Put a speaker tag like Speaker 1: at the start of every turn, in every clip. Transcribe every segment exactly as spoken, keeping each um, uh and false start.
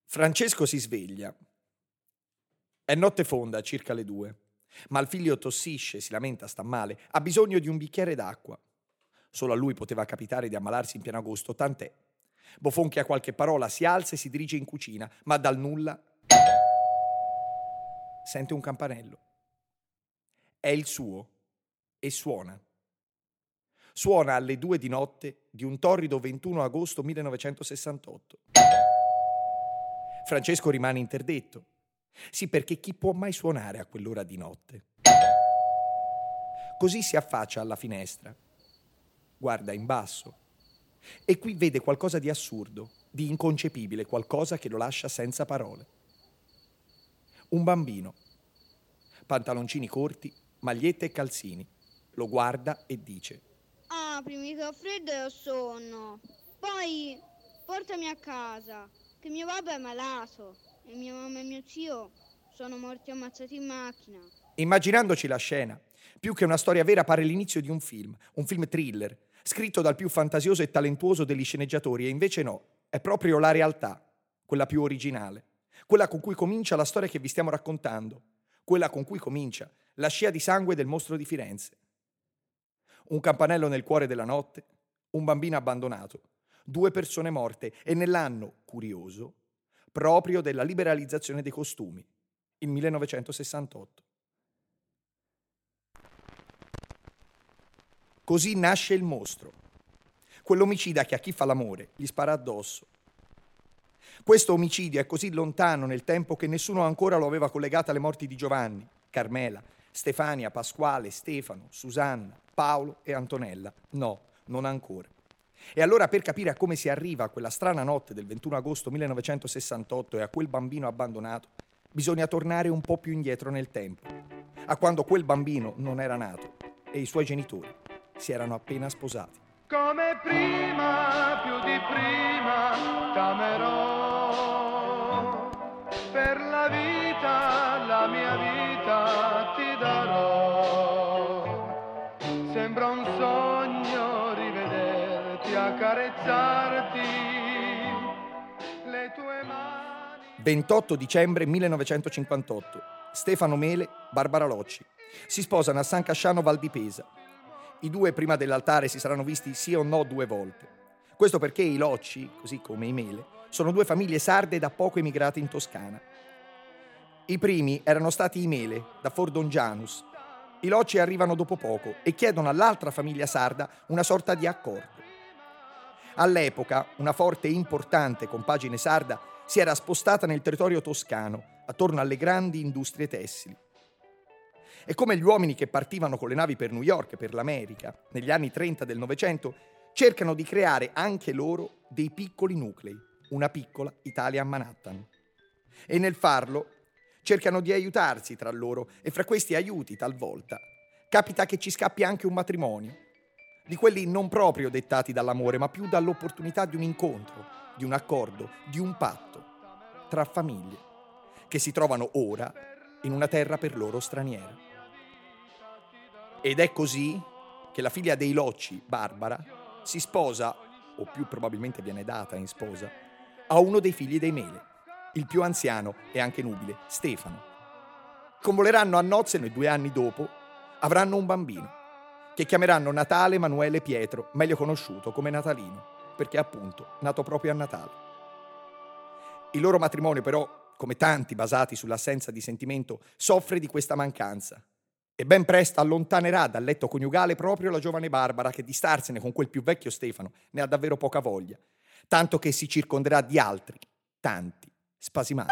Speaker 1: Francesco si sveglia. È notte fonda, circa le due. Ma il figlio tossisce, si lamenta, sta male, ha bisogno di un bicchiere d'acqua. Solo a lui poteva capitare di ammalarsi in pieno agosto, tant'è. Bofonchi a qualche parola, si alza e si dirige in cucina, ma dal nulla sente un campanello. È il suo e suona. Suona alle due di notte di un torrido ventuno agosto millenovecentosessantotto. Francesco rimane interdetto. Sì, perché chi può mai suonare a quell'ora di notte? Così si affaccia alla finestra, guarda in basso e qui vede qualcosa di assurdo, di inconcepibile, qualcosa che lo lascia senza parole. Un bambino, pantaloncini corti, magliette e calzini, lo guarda e dice:
Speaker 2: aprimi che ho freddo e ho sonno, poi portami a casa, che mio babbo è malato e mia mamma e mio zio sono morti ammazzati in macchina.
Speaker 1: Immaginandoci la scena, più che una storia vera pare l'inizio di un film, un film thriller, scritto dal più fantasioso e talentuoso degli sceneggiatori, e invece no, è proprio la realtà, quella più originale, quella con cui comincia la storia che vi stiamo raccontando, quella con cui comincia la scia di sangue del mostro di Firenze. Un campanello nel cuore della notte, un bambino abbandonato, due persone morte e nell'anno, curioso, proprio della liberalizzazione dei costumi, il millenovecentosessantotto. Così nasce il mostro, quell'omicida che a chi fa l'amore gli spara addosso. Questo omicidio è così lontano nel tempo che nessuno ancora lo aveva collegato alle morti di Giovanni, Carmela, Stefania, Pasquale, Stefano, Susanna, Paolo e Antonella. No, non ancora. E allora, per capire a come si arriva a quella strana notte del ventuno agosto millenovecentosessantotto e a quel bambino abbandonato, bisogna tornare un po' più indietro nel tempo, a quando quel bambino non era nato e i suoi genitori si erano appena sposati.
Speaker 3: Come prima, più di prima, t'amerò, per la vita, la mia vita ti darò. Sembra un sogno rivederti, accarezzarti, le tue mani.
Speaker 1: ventotto dicembre millenovecentocinquantotto. Stefano Mele, Barbara Locci si sposano a San Casciano Val di Pesa. I due prima dell'altare si saranno visti sì o no due volte. Questo perché i Locci, così come i Mele, sono due famiglie sarde da poco emigrate in Toscana. I primi erano stati i Mele, da Fordongianus. I Locci arrivano dopo poco e chiedono all'altra famiglia sarda una sorta di accordo. All'epoca, una forte e importante compagine sarda si era spostata nel territorio toscano, attorno alle grandi industrie tessili. E come gli uomini che partivano con le navi per New York e per l'America negli anni trenta del Novecento cercano di creare anche loro dei piccoli nuclei, una piccola Italia a Manhattan. E nel farlo cercano di aiutarsi tra loro e fra questi aiuti talvolta capita che ci scappi anche un matrimonio, di quelli non proprio dettati dall'amore ma più dall'opportunità di un incontro, di un accordo, di un patto tra famiglie che si trovano ora in una terra per loro straniera. Ed è così che la figlia dei Locci, Barbara, si sposa, o più probabilmente viene data in sposa, a uno dei figli dei Mele, il più anziano e anche nubile, Stefano. Convoleranno a nozze e due anni dopo avranno un bambino, che chiameranno Natale Emanuele Pietro, meglio conosciuto come Natalino, perché è appunto nato proprio a Natale. Il loro matrimonio però, come tanti basati sull'assenza di sentimento, soffre di questa mancanza. E ben presto allontanerà dal letto coniugale proprio la giovane Barbara, che di starsene con quel più vecchio Stefano ne ha davvero poca voglia, tanto che si circonderà di altri, tanti, spasimanti.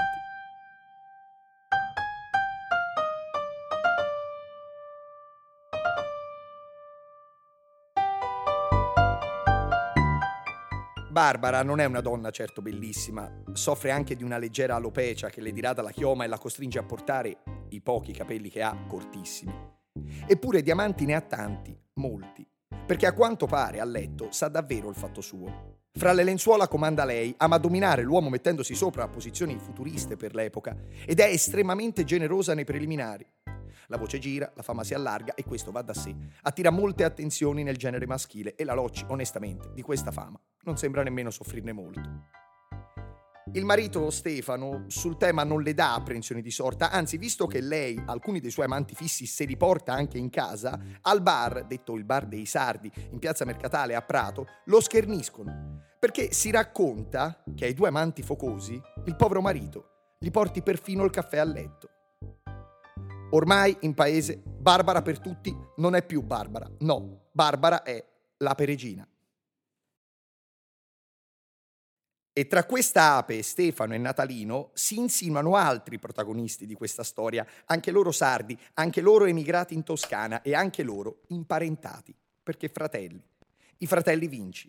Speaker 1: Barbara non è una donna certo bellissima, soffre anche di una leggera alopecia che le dirada la chioma e la costringe a portare i pochi capelli che ha cortissimi. Eppure di amanti ne ha tanti, molti, perché a quanto pare a letto sa davvero il fatto suo. Fra le lenzuola comanda lei, ama dominare l'uomo mettendosi sopra a posizioni futuriste per l'epoca ed è estremamente generosa nei preliminari. La voce gira, la fama si allarga e questo va da sé. Attira molte attenzioni nel genere maschile e la Locci, onestamente, di questa fama non sembra nemmeno soffrirne molto. Il marito Stefano sul tema non le dà apprensioni di sorta, anzi, visto che lei alcuni dei suoi amanti fissi se li porta anche in casa, al bar, detto il bar dei Sardi, in piazza Mercatale a Prato, lo scherniscono, perché si racconta che ai due amanti focosi il povero marito gli porti perfino il caffè a letto. Ormai in paese Barbara per tutti non è più Barbara, no, Barbara è la Peregina. E tra questa ape, Stefano e Natalino, si insinuano altri protagonisti di questa storia, anche loro sardi, anche loro emigrati in Toscana e anche loro imparentati, perché fratelli, i fratelli Vinci.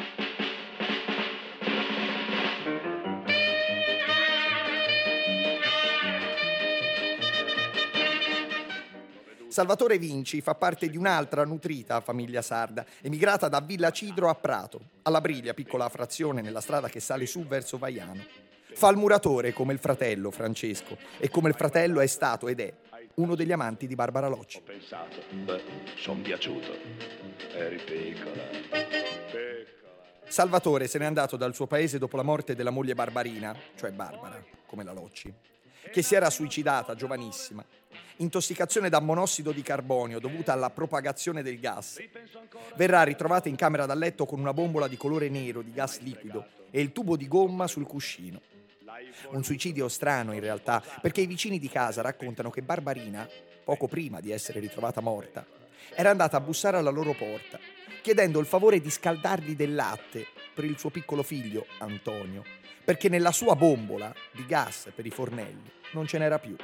Speaker 1: Salvatore Vinci fa parte di un'altra nutrita famiglia sarda, emigrata da Villa Cidro a Prato, alla Briglia, piccola frazione nella strada che sale su verso Vaiano. Fa il muratore come il fratello Francesco e come il fratello è stato ed è uno degli amanti di Barbara Locci.
Speaker 4: Ho pensato, beh, son piaciuto. Eri piccola, piccola.
Speaker 1: Salvatore se n'è andato dal suo paese dopo la morte della moglie Barbarina, cioè Barbara, come la Locci, che si era suicidata giovanissima. Intossicazione da monossido di carbonio dovuta alla propagazione del gas. Verrà ritrovata in camera da letto con una bombola di colore nero di gas liquido e il tubo di gomma sul cuscino. Un suicidio strano in realtà, perché i vicini di casa raccontano che Barbarina, poco prima di essere ritrovata morta, era andata a bussare alla loro porta, chiedendo il favore di scaldargli del latte per il suo piccolo figlio, Antonio, perché nella sua bombola di gas per i fornelli non ce n'era più.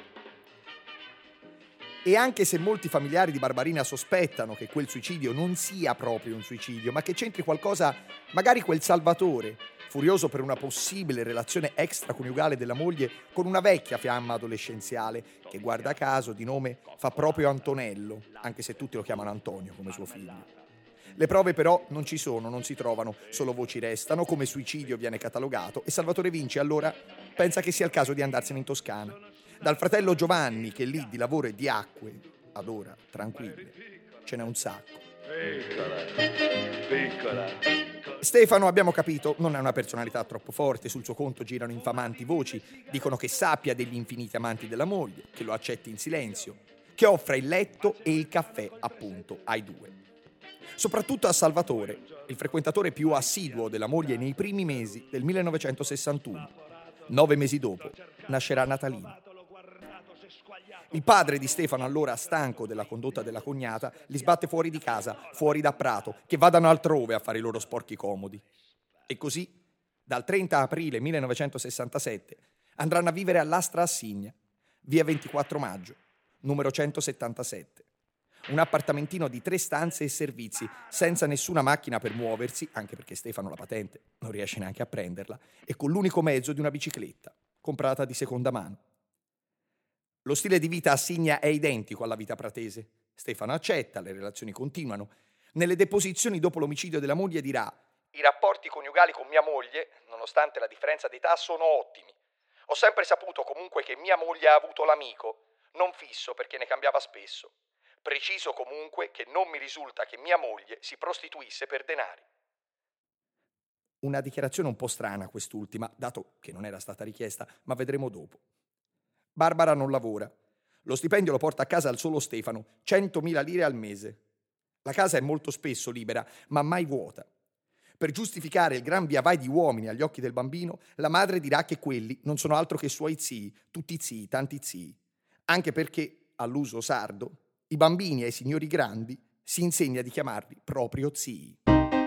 Speaker 1: E anche se molti familiari di Barbarina sospettano che quel suicidio non sia proprio un suicidio, ma che c'entri qualcosa, magari quel Salvatore, furioso per una possibile relazione extraconiugale della moglie con una vecchia fiamma adolescenziale, che guarda caso di nome fa proprio Antonello, anche se tutti lo chiamano Antonio come suo figlio. Le prove però non ci sono, non si trovano, solo voci restano, come suicidio viene catalogato e Salvatore Vinci allora pensa che sia il caso di andarsene in Toscana. Dal fratello Giovanni, che lì di lavoro e di acque, ad ora, tranquille, ce n'è un sacco.
Speaker 4: Piccola, piccola.
Speaker 1: Stefano, abbiamo capito, non è una personalità troppo forte, sul suo conto girano infamanti voci, dicono che sappia degli infiniti amanti della moglie, che lo accetti in silenzio, che offra il letto e il caffè, appunto, ai due. Soprattutto a Salvatore, il frequentatore più assiduo della moglie nei primi mesi del millenovecentosessantuno. Nove mesi dopo nascerà Natalino. Il padre di Stefano, allora stanco della condotta della cognata, li sbatte fuori di casa, fuori da Prato, che vadano altrove a fare i loro sporchi comodi. E così, dal trenta aprile millenovecentosessantasette, andranno a vivere all'Astra Assigna, via ventiquattro maggio, numero centosettantasette. Un appartamentino di tre stanze e servizi, senza nessuna macchina per muoversi, anche perché Stefano la patente non riesce neanche a prenderla, e con l'unico mezzo di una bicicletta, comprata di seconda mano. Lo stile di vita a Signa è identico alla vita pratese. Stefano accetta, le relazioni continuano. Nelle deposizioni dopo l'omicidio della moglie dirà: «I rapporti coniugali con mia moglie, nonostante la differenza d'età, sono ottimi. Ho sempre saputo comunque che mia moglie ha avuto l'amico, non fisso perché ne cambiava spesso. Preciso comunque che non mi risulta che mia moglie si prostituisse per denari». Una dichiarazione un po' strana quest'ultima, dato che non era stata richiesta, ma vedremo dopo. Barbara non lavora. Lo stipendio lo porta a casa al solo Stefano, centomila lire al mese. La casa è molto spesso libera, ma mai vuota. Per giustificare il gran via vai di uomini agli occhi del bambino, la madre dirà che quelli non sono altro che suoi zii, tutti zii, tanti zii. Anche perché, all'uso sardo, i bambini ai signori grandi si insegna di chiamarli proprio zii.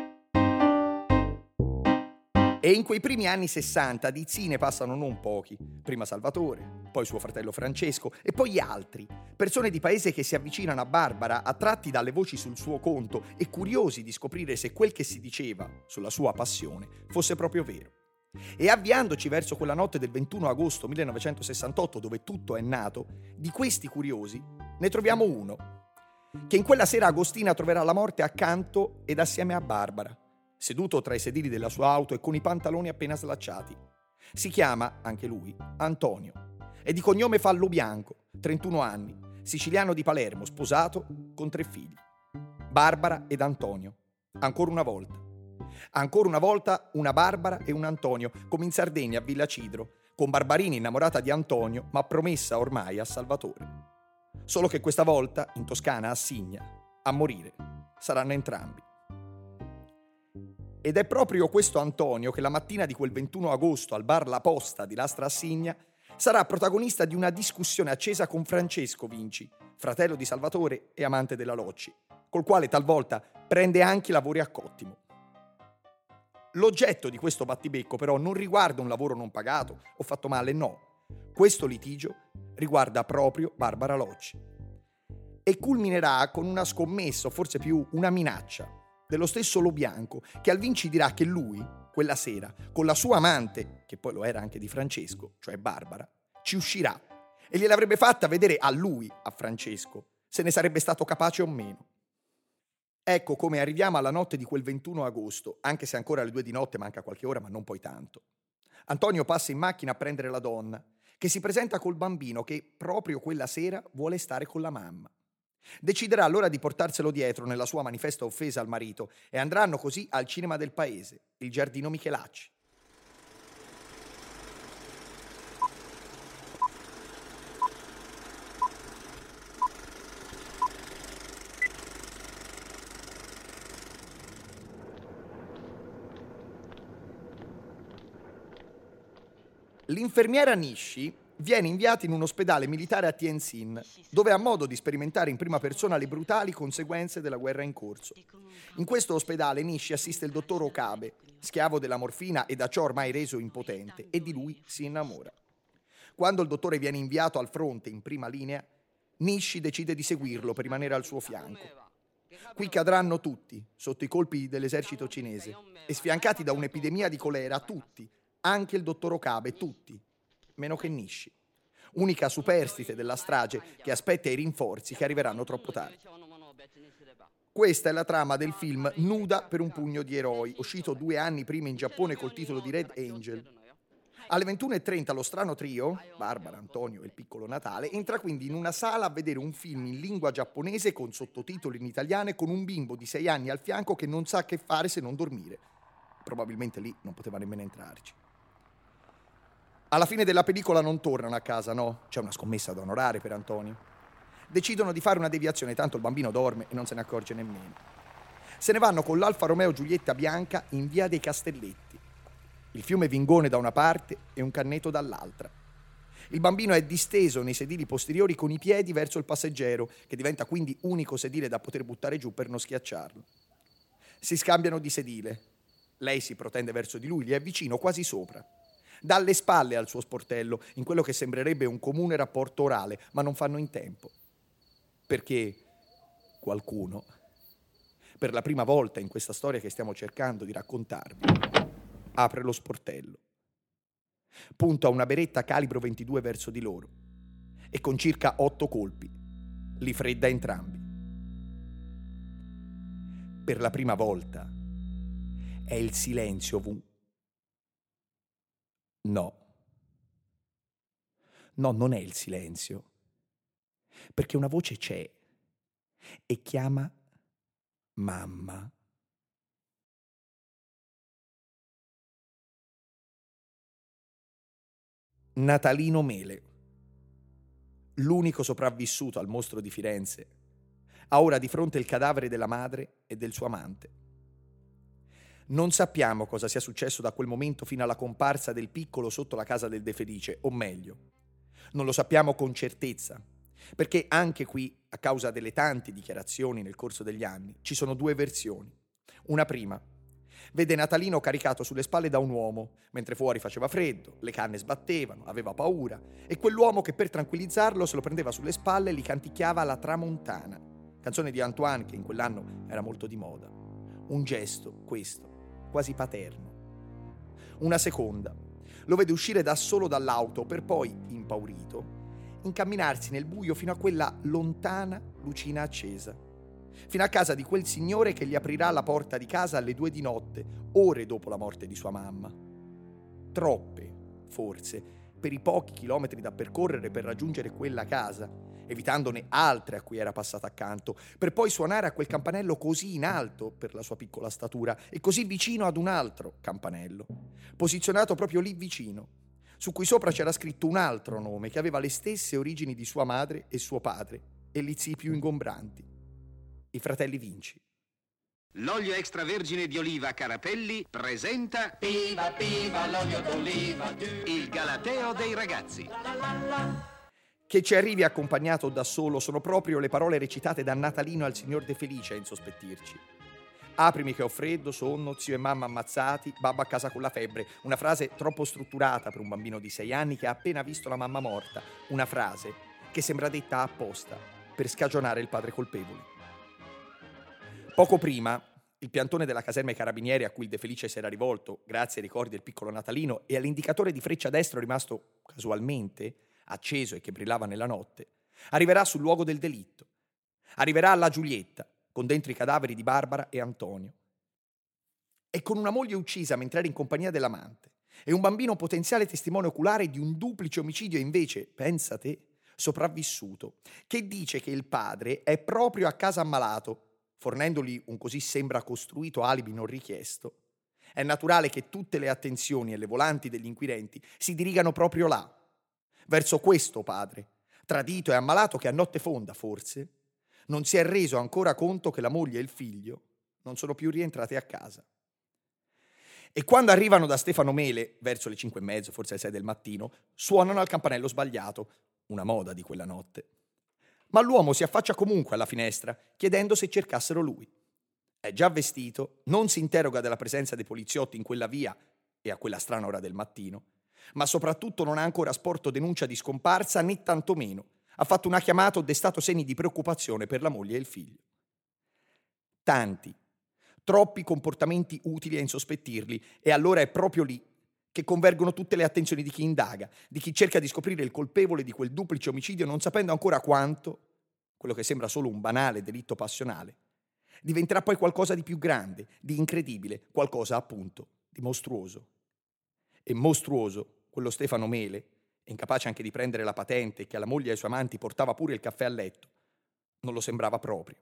Speaker 1: E in quei primi anni sessanta di zii ne passano non pochi. Prima Salvatore, poi suo fratello Francesco e poi altri. Persone di paese che si avvicinano a Barbara, attratti dalle voci sul suo conto e curiosi di scoprire se quel che si diceva sulla sua passione fosse proprio vero. E avviandoci verso quella notte del ventuno agosto millenovecentosessantotto, dove tutto è nato, di questi curiosi ne troviamo uno, che in quella sera agostina troverà la morte accanto ed assieme a Barbara, seduto tra i sedili della sua auto e con i pantaloni appena slacciati. Si chiama, anche lui, Antonio. È di cognome Fallo Bianco, trentuno anni, siciliano di Palermo, sposato con tre figli. Barbara ed Antonio, ancora una volta. Ancora una volta una Barbara e un Antonio, come in Sardegna a Villa Cidro, con Barbarina innamorata di Antonio, ma promessa ormai a Salvatore. Solo che questa volta, in Toscana, a Signa, a morire saranno entrambi. Ed è proprio questo Antonio che la mattina di quel ventuno agosto al bar La Posta di Lastra a Signa sarà protagonista di una discussione accesa con Francesco Vinci, fratello di Salvatore e amante della Locci, col quale talvolta prende anche i lavori a cottimo. L'oggetto di questo battibecco però non riguarda un lavoro non pagato o fatto male, no. Questo litigio riguarda proprio Barbara Locci e culminerà con una scommessa, o forse più una minaccia, dello stesso Lo Bianco, che al Vinci dirà che lui, quella sera, con la sua amante, che poi lo era anche di Francesco, cioè Barbara, ci uscirà e gliel'avrebbe fatta vedere a lui, a Francesco, se ne sarebbe stato capace o meno. Ecco come arriviamo alla notte di quel ventuno agosto, anche se ancora alle due di notte manca qualche ora, ma non poi tanto. Antonio passa in macchina a prendere la donna, che si presenta col bambino che proprio quella sera vuole stare con la mamma. Deciderà allora di portarselo dietro nella sua manifesta offesa al marito e andranno così al cinema del paese, il Giardino Michelacci. L'infermiera Nishi viene inviata in un ospedale militare a Tientsin, dove ha modo di sperimentare in prima persona le brutali conseguenze della guerra in corso. In questo ospedale Nishi assiste il dottor Okabe, schiavo della morfina e da ciò ormai reso impotente, e di lui si innamora. Quando il dottore viene inviato al fronte in prima linea, Nishi decide di seguirlo per rimanere al suo fianco. Qui cadranno tutti, sotto i colpi dell'esercito cinese, e sfiancati da un'epidemia di colera, tutti, anche il dottor Okabe, tutti, meno che Nishi, unica superstite della strage che aspetta i rinforzi che arriveranno troppo tardi. Questa è la trama del film Nuda per un pugno di eroi, uscito due anni prima in Giappone col titolo di Red Angel. Alle ventuno e trenta lo strano trio, Barbara, Antonio e il piccolo Natale, entra quindi in una sala a vedere un film in lingua giapponese con sottotitoli in italiano e con un bimbo di sei anni al fianco che non sa che fare se non dormire. Probabilmente lì non poteva nemmeno entrarci. Alla fine della pellicola non tornano a casa, no? C'è una scommessa da onorare per Antonio. Decidono di fare una deviazione, tanto il bambino dorme e non se ne accorge nemmeno. Se ne vanno con l'Alfa Romeo Giulietta bianca in via dei Castelletti. Il fiume Vingone da una parte e un canneto dall'altra. Il bambino è disteso nei sedili posteriori con i piedi verso il passeggero, che diventa quindi unico sedile da poter buttare giù per non schiacciarlo. Si scambiano di sedile. Lei si protende verso di lui, gli è vicino, quasi sopra. Dà le spalle al suo sportello, in quello che sembrerebbe un comune rapporto orale, ma non fanno in tempo. Perché qualcuno, per la prima volta in questa storia che stiamo cercando di raccontarvi, apre lo sportello. Punta una beretta calibro ventidue verso di loro e con circa otto colpi li fredda entrambi. Per la prima volta è il silenzio ovunque. No. No, non è il silenzio. Perché una voce c'è e chiama mamma. Natalino Mele, l'unico sopravvissuto al mostro di Firenze, ha ora di fronte il cadavere della madre e del suo amante. Non sappiamo cosa sia successo da quel momento fino alla comparsa del piccolo sotto la casa del De Felice, o meglio, non lo sappiamo con certezza, perché anche qui, a causa delle tante dichiarazioni nel corso degli anni, ci sono due versioni. Una prima vede Natalino caricato sulle spalle da un uomo, mentre fuori faceva freddo, le canne sbattevano, aveva paura, e quell'uomo che per tranquillizzarlo se lo prendeva sulle spalle e gli canticchiava La Tramontana, canzone di Antoine che in quell'anno era molto di moda. Un gesto, questo, quasi paterno. Una seconda lo vede uscire da solo dall'auto per poi, impaurito, incamminarsi nel buio fino a quella lontana lucina accesa, fino a casa di quel signore che gli aprirà la porta di casa alle due di notte, ore dopo la morte di sua mamma. Troppe, forse, per i pochi chilometri da percorrere per raggiungere quella casa, evitandone altre a cui era passata accanto, per poi suonare a quel campanello così in alto per la sua piccola statura e così vicino ad un altro campanello, posizionato proprio lì vicino, su cui sopra c'era scritto un altro nome che aveva le stesse origini di sua madre e suo padre e gli zii più ingombranti, i fratelli Vinci.
Speaker 5: L'olio extravergine di oliva Carapelli presenta
Speaker 6: Viva, viva l'olio d'oliva,
Speaker 5: il galateo dei ragazzi.
Speaker 1: Che ci arrivi accompagnato da solo sono proprio le parole recitate da Natalino al signor De Felice a insospettirci. Aprimi che ho freddo, sonno, zio e mamma ammazzati, babbo a casa con la febbre. Una frase troppo strutturata per un bambino di sei anni che ha appena visto la mamma morta. Una frase che sembra detta apposta per scagionare il padre colpevole. Poco prima, il piantone della caserma ai carabinieri a cui il De Felice si era rivolto, grazie ai ricordi del piccolo Natalino e all'indicatore di freccia destro rimasto casualmente acceso e che brillava nella notte, arriverà sul luogo del delitto. Arriverà alla Giulietta, con dentro i cadaveri di Barbara e Antonio. E con una moglie uccisa mentre era in compagnia dell'amante e un bambino potenziale testimone oculare di un duplice omicidio invece, pensa te, sopravvissuto, che dice che il padre è proprio a casa ammalato, fornendogli un così sembra costruito alibi non richiesto. È naturale che tutte le attenzioni e le volanti degli inquirenti si dirigano proprio là, verso questo padre, tradito e ammalato che a notte fonda, forse, non si è reso ancora conto che la moglie e il figlio non sono più rientrati a casa. E quando arrivano da Stefano Mele, verso le cinque e mezzo, forse le sei del mattino, suonano al campanello sbagliato, una moda di quella notte. Ma l'uomo si affaccia comunque alla finestra, chiedendo se cercassero lui. È già vestito, non si interroga della presenza dei poliziotti in quella via e a quella strana ora del mattino, ma soprattutto non ha ancora sporto denuncia di scomparsa né tantomeno ha fatto una chiamata o destato segni di preoccupazione per la moglie e il figlio. Tanti, troppi comportamenti utili a insospettirli e allora è proprio lì che convergono tutte le attenzioni di chi indaga, di chi cerca di scoprire il colpevole di quel duplice omicidio non sapendo ancora quanto, quello che sembra solo un banale delitto passionale, diventerà poi qualcosa di più grande, di incredibile, qualcosa appunto di mostruoso. E mostruoso, quello Stefano Mele, incapace anche di prendere la patente che alla moglie e ai suoi amanti portava pure il caffè a letto, non lo sembrava proprio.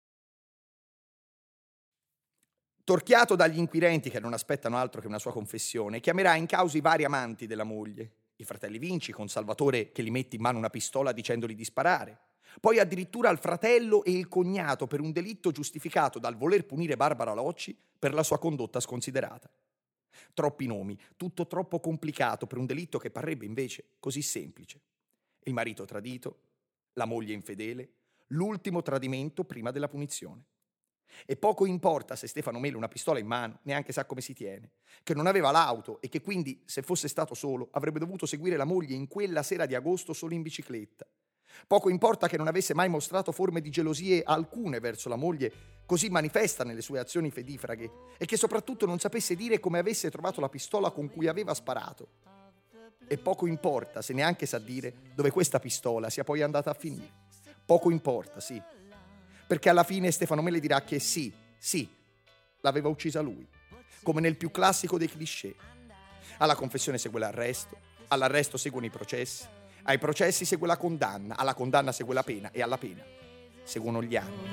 Speaker 1: Torchiato dagli inquirenti che non aspettano altro che una sua confessione, chiamerà in causa i vari amanti della moglie, i fratelli Vinci con Salvatore che gli mette in mano una pistola dicendogli di sparare, poi addirittura il fratello e il cognato per un delitto giustificato dal voler punire Barbara Locci per la sua condotta sconsiderata. Troppi nomi, tutto troppo complicato per un delitto che parrebbe invece così semplice. Il marito tradito, la moglie infedele, l'ultimo tradimento prima della punizione. E poco importa se Stefano Mele una pistola in mano, neanche sa come si tiene, che non aveva l'auto e che quindi, se fosse stato solo, avrebbe dovuto seguire la moglie in quella sera di agosto solo in bicicletta. Poco importa che non avesse mai mostrato forme di gelosie alcune verso la moglie, così manifesta nelle sue azioni fedifraghe, e che soprattutto non sapesse dire come avesse trovato la pistola con cui aveva sparato. E poco importa se neanche sa dire dove questa pistola sia poi andata a finire. Poco importa, sì. Perché alla fine Stefano Mele dirà che sì, sì, l'aveva uccisa lui, come nel più classico dei cliché. Alla confessione segue l'arresto, all'arresto seguono i processi, ai processi segue la condanna, alla condanna segue la pena e alla pena seguono gli anni.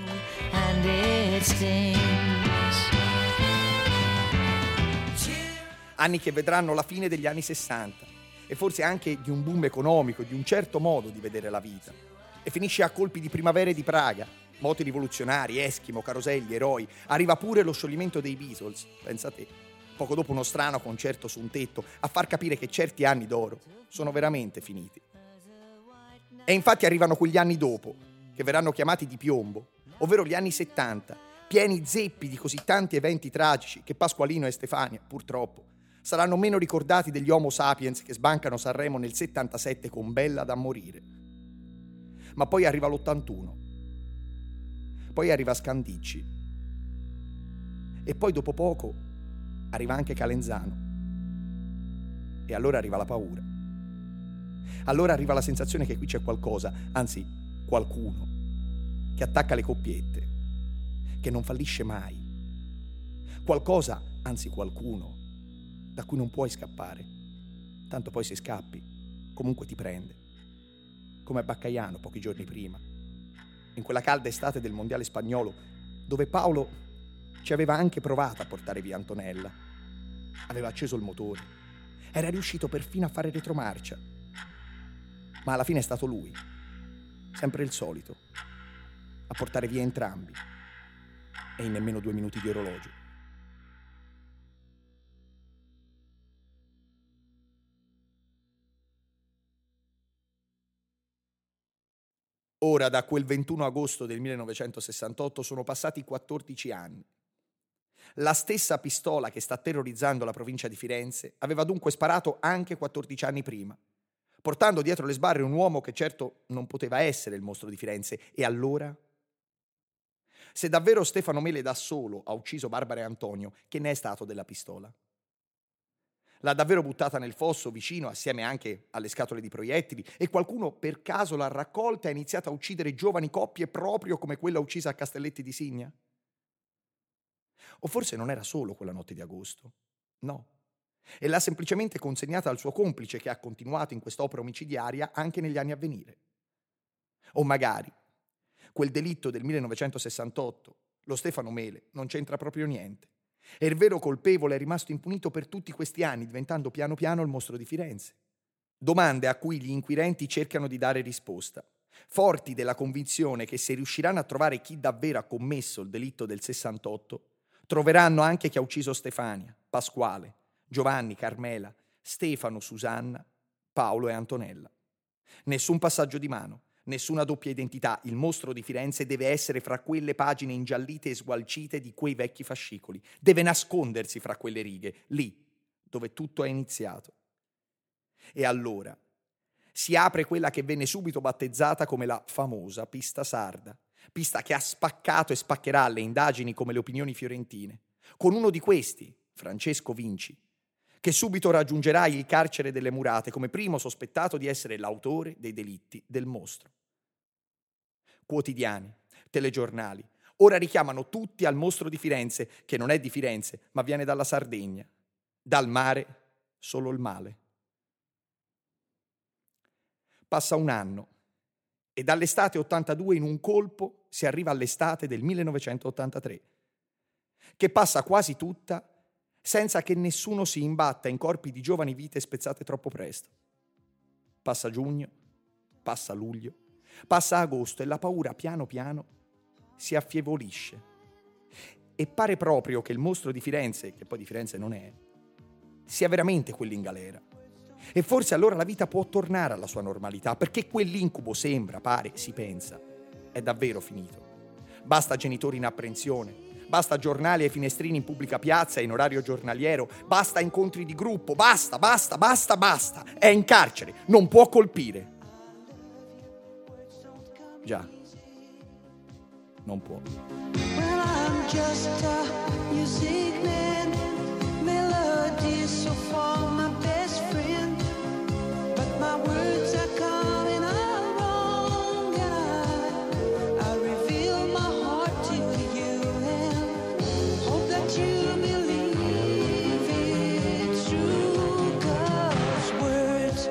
Speaker 1: Anni che vedranno la fine degli anni sessanta e forse anche di un boom economico, di un certo modo di vedere la vita. E finisce a colpi di primavere di Praga, moti rivoluzionari, Eschimo, caroselli, eroi. Arriva pure lo scioglimento dei Beatles, pensa te. Poco dopo uno strano concerto su un tetto a far capire che certi anni d'oro sono veramente finiti. E infatti arrivano quegli anni dopo, che verranno chiamati di piombo, ovvero gli anni settanta, pieni zeppi di così tanti eventi tragici che Pasqualino e Stefania, purtroppo, saranno meno ricordati degli Homo sapiens che sbancano Sanremo nel settantasette con Bella da morire. Ma poi arriva l'ottantuno. Poi arriva Scandicci. E poi dopo poco arriva anche Calenzano. E allora arriva la paura. Allora arriva la sensazione che qui c'è qualcosa, anzi qualcuno, che attacca le coppiette, che non fallisce mai. Qualcosa, anzi qualcuno, da cui non puoi scappare, tanto poi se scappi comunque ti prende. Come a Baccaiano pochi giorni prima, in quella calda estate del mondiale spagnolo, dove Paolo ci aveva anche provato a portare via Antonella. Aveva acceso il motore, era riuscito perfino a fare retromarcia, ma alla fine è stato lui, sempre il solito, a portare via entrambi, e in nemmeno due minuti di orologio. Ora, da quel ventuno agosto del millenovecentosessantotto sono passati quattordici anni. La stessa pistola che sta terrorizzando la provincia di Firenze aveva dunque sparato anche quattordici anni prima, portando dietro le sbarre un uomo che certo non poteva essere il mostro di Firenze. E allora? Se davvero Stefano Mele da solo ha ucciso Barbara e Antonio, che ne è stato della pistola? L'ha davvero buttata nel fosso vicino, assieme anche alle scatole di proiettili, e qualcuno per caso l'ha raccolta e ha iniziato a uccidere giovani coppie proprio come quella uccisa a Castelletti di Signa? O forse non era solo quella notte di agosto? No. E l'ha semplicemente consegnata al suo complice, che ha continuato in quest'opera omicidiaria anche negli anni a venire. O magari quel delitto del millenovecentosessantotto, lo Stefano Mele, non c'entra proprio niente. E il vero colpevole è rimasto impunito per tutti questi anni, diventando piano piano il mostro di Firenze. Domande a cui gli inquirenti cercano di dare risposta, forti della convinzione che se riusciranno a trovare chi davvero ha commesso il delitto del sessantotto, troveranno anche chi ha ucciso Stefania, Pasquale, Giovanni, Carmela, Stefano, Susanna, Paolo e Antonella. Nessun passaggio di mano, nessuna doppia identità. Il mostro di Firenze deve essere fra quelle pagine ingiallite e sgualcite di quei vecchi fascicoli. Deve nascondersi fra quelle righe, lì dove tutto è iniziato. E allora si apre quella che venne subito battezzata come la famosa pista sarda, pista che ha spaccato e spaccherà le indagini come le opinioni fiorentine, con uno di questi, Francesco Vinci, che subito raggiungerà il carcere delle Murate come primo sospettato di essere l'autore dei delitti del mostro. Quotidiani, telegiornali, ora richiamano tutti al mostro di Firenze, che non è di Firenze, ma viene dalla Sardegna. Dal mare, solo il male. Passa un anno e dall'estate ottantadue in un colpo si arriva all'estate del millenovecentottantatré, che passa quasi tutta senza che nessuno si imbatta in corpi di giovani vite spezzate troppo presto. Passa giugno, passa luglio, passa agosto e la paura piano piano si affievolisce. E pare proprio che il mostro di Firenze, che poi di Firenze non è, sia veramente quello in galera. E forse allora la vita può tornare alla sua normalità, perché quell'incubo sembra, pare, si pensa, è davvero finito. Basta genitori in apprensione, basta giornali ai finestrini in pubblica piazza e in orario giornaliero, basta incontri di gruppo, basta, basta, basta, basta. È in carcere, non può colpire. Già, non può.
Speaker 7: Well, I'm just a music man, melody so far my best friend, but my words are coming out wrong, and I, I reveal my heart to you and hope that you believe it's true, 'cause words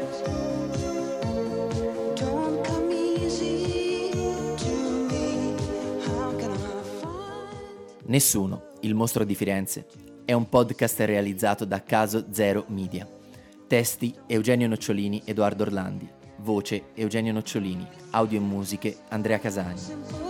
Speaker 7: don't come easy to me. How can I find
Speaker 8: Nessuno, il mostro di Firenze, è un podcast realizzato da Caso Zero Media. Testi Eugenio Nocciolini, Edoardo Orlandi. Voce Eugenio Nocciolini. Audio e musiche Andrea Casani.